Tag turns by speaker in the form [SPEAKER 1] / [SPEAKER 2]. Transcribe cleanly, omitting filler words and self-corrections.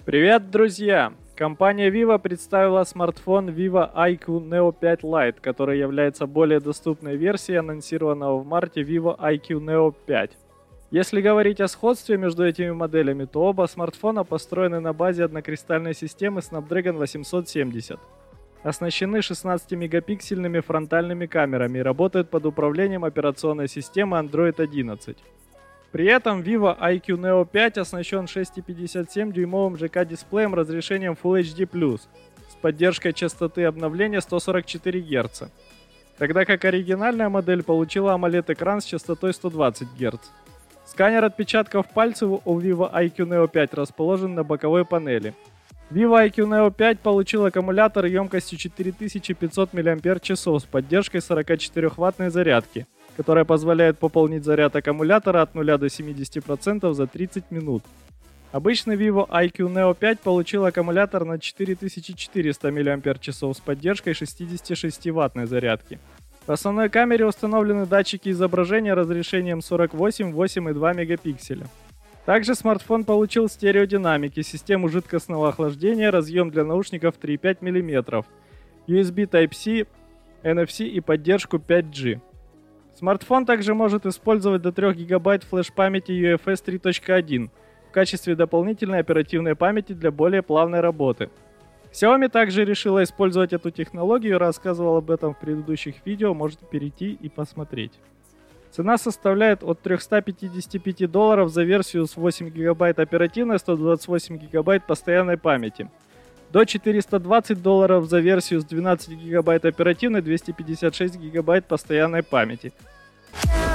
[SPEAKER 1] Привет, друзья! Компания Vivo представила смартфон Vivo IQ Neo 5 Lite, который является более доступной версией анонсированного в марте Vivo IQ Neo 5. Если говорить о сходстве между этими моделями, то оба смартфона построены на базе однокристальной системы Snapdragon 870. Оснащены 16-мегапиксельными фронтальными камерами и работают под управлением операционной системы Android 11. При этом Vivo IQ Neo 5 оснащен 6,57-дюймовым ЖК-дисплеем разрешением Full HD+, с поддержкой частоты обновления 144 Гц, тогда как оригинальная модель получила AMOLED-экран с частотой 120 Гц. Сканер отпечатков пальцев у Vivo IQ Neo 5 расположен на боковой панели. Vivo IQ Neo 5 получил аккумулятор емкостью 4500 мАч с поддержкой 44-ваттной зарядки, которая позволяет пополнить заряд аккумулятора от 0 до 70% за 30 минут. Обычный Vivo IQ Neo 5 получил аккумулятор на 4400 мАч с поддержкой 66-ваттной зарядки. В основной камере установлены датчики изображения разрешением 48, 8 и 2 мегапикселя. Также смартфон получил стереодинамики, систему жидкостного охлаждения, разъем для наушников 3,5 мм, USB Type-C, NFC и поддержку 5G. Смартфон также может использовать до 3 ГБ флеш-памяти UFS 3.1 в качестве дополнительной оперативной памяти для более плавной работы. Xiaomi также решила использовать эту технологию, рассказывал об этом в предыдущих видео, можете перейти и посмотреть. Цена составляет от $355 за версию с 8 ГБ оперативной, 128 ГБ постоянной памяти, до $420 за версию с 12 ГБ оперативной, 256 ГБ постоянной памяти.